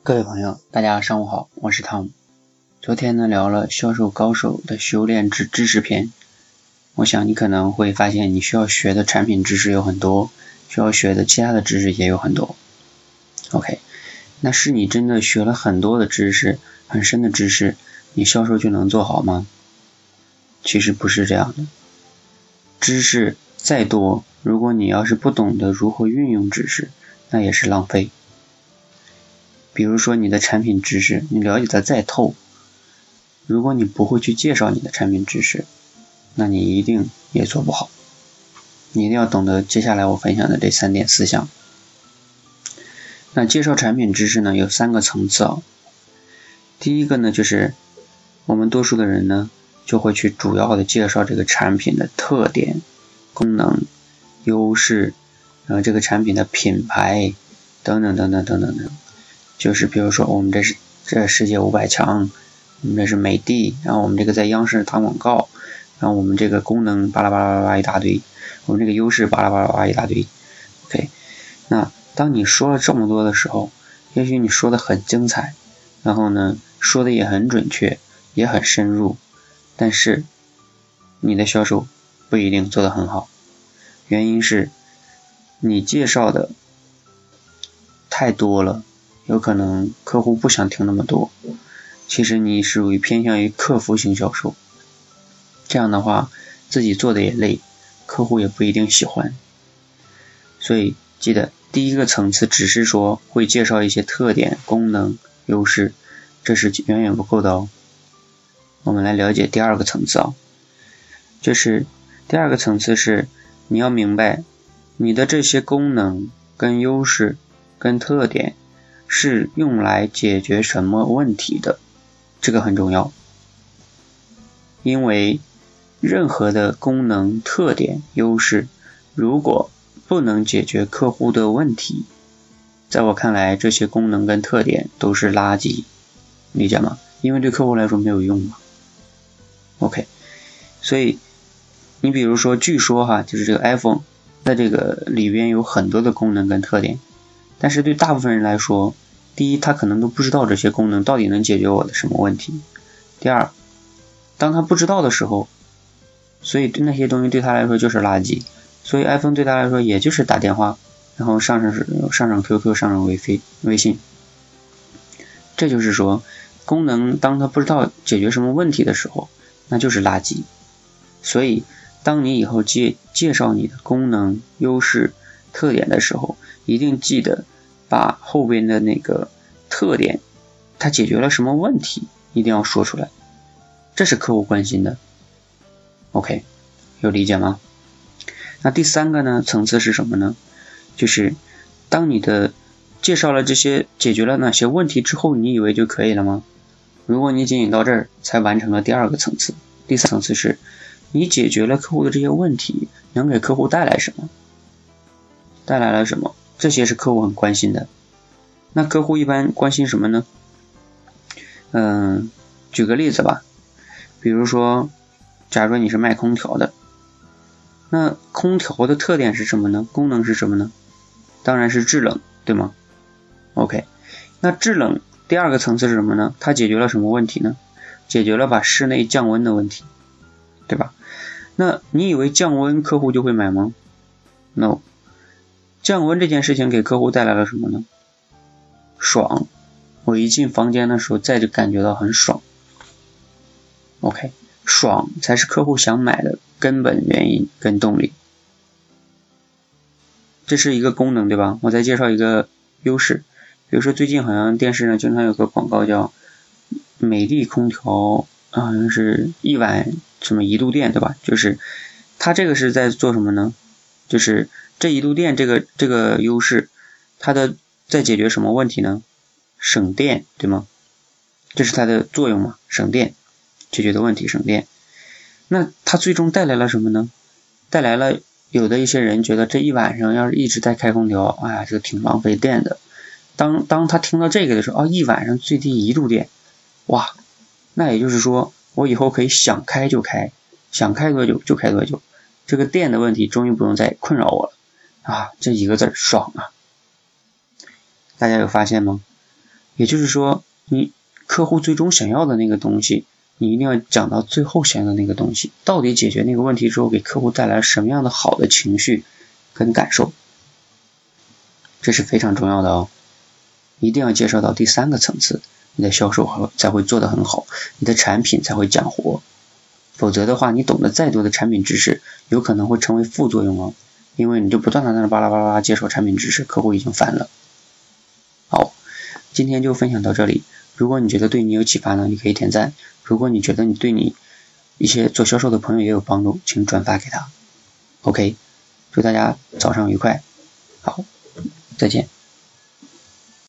各位朋友，大家上午好，我是汤姆。昨天呢聊了销售高手的修炼之知识篇，我想你可能会发现你需要学的产品知识有很多，需要学的其他的知识也有很多。OK， 那是你真的学了很多的知识，很深的知识，你销售就能做好吗？其实不是这样的。知识再多，如果你要是不懂得如何运用知识，那也是浪费。比如说你的产品知识，你了解的再透，如果你不会去介绍你的产品知识，那你一定也做不好。你一定要懂得接下来我分享的这3点思想。那介绍产品知识呢，有3个层次啊。第一个呢，就是我们多数的人呢，就会去主要的介绍这个产品的特点、功能、优势，然后这个产品的品牌等等等等等等等。就是比如说我们这是世界500强，我们这是美的，然后我们这个在央视打广告，然后我们这个功能巴拉巴拉巴拉一大堆，我们这个优势巴拉巴拉巴拉一大堆。OK， 那当你说了这么多的时候，也许你说的很精彩，然后呢说的也很准确，也很深入，但是你的销售不一定做得很好。原因是你介绍的太多了，有可能客户不想听那么多，其实你属于偏向于客服型销售，这样的话自己做的也累，客户也不一定喜欢。所以记得第一个层次只是说会介绍一些特点、功能、优势，这是远远不够的哦。我们来了解第2个层次啊，就是第2个层次是你要明白你的这些功能跟优势跟特点是用来解决什么问题的，这个很重要。因为任何的功能、特点、优势，如果不能解决客户的问题，在我看来这些功能跟特点都是垃圾，理解吗？因为对客户来说没有用嘛。OK， 所以你比如说据说就是这个 iPhone 在这个里边有很多的功能跟特点，但是对大部分人来说，第一他可能都不知道这些功能到底能解决我的什么问题，第二当他不知道的时候，所以那些东西对他来说就是垃圾，所以 iPhone 对他来说也就是打电话，然后上 QQ 上微信。这就是说功能当他不知道解决什么问题的时候，那就是垃圾。所以当你以后介绍你的功能、优势、特点的时候，一定记得把后边的那个特点它解决了什么问题一定要说出来，这是客户关心的。 OK， 有理解吗？那第3个呢层次是什么呢？就是当你的介绍了这些解决了哪些问题之后，你以为就可以了吗？如果你仅仅到这儿才完成了第2个层次，第3层次是你解决了客户的这些问题，能给客户带来什么？带来了什么？这些是客户很关心的。那客户一般关心什么呢？举个例子吧，比如说假如说你是卖空调的，那空调的特点是什么呢？功能是什么呢？当然是制冷，对吗？ OK， 那制冷第2个层次是什么呢？它解决了什么问题呢？解决了把室内降温的问题，对吧？那你以为降温客户就会买吗？ No， 降温这件事情给客户带来了什么呢？爽，我一进房间的时候再就感觉到很爽。 OK， 爽才是客户想买的根本原因跟动力。这是一个功能，对吧？我再介绍一个优势，比如说最近好像电视上经常有个广告叫美的空调，好像是1晚什么1度电，对吧？就是它这个是在做什么呢？就是这1度电这个优势，它的在解决什么问题呢？省电，对吗？这是它的作用嘛，省电，解决的问题省电。那它最终带来了什么呢？带来了有的一些人觉得这1晚上要是一直在开空调，哎呀，这个挺浪费电的。当他听到这个的时候，1晚上最低1度电，哇，那也就是说我以后可以想开就开，想开多久就开多久，这个电的问题终于不用再困扰我了啊！这一个字爽啊！大家有发现吗？ 也就是说，你客户最终想要的那个东西，你一定要讲到最后想要的那个东西，到底解决那个问题之后给客户带来什么样的好的情绪跟感受，这是非常重要的哦。一定要介绍到第3个层次，你的销售才会做得很好，你的产品才会讲活。否则的话，你懂得再多的产品知识，有可能会成为副作用哦，因为你就不断的在那巴拉巴拉介绍产品知识，客户已经烦了。好，今天就分享到这里。如果你觉得对你有启发呢，你可以点赞。如果你觉得对你一些做销售的朋友也有帮助，请转发给他。OK， 祝大家早上愉快。好，再见。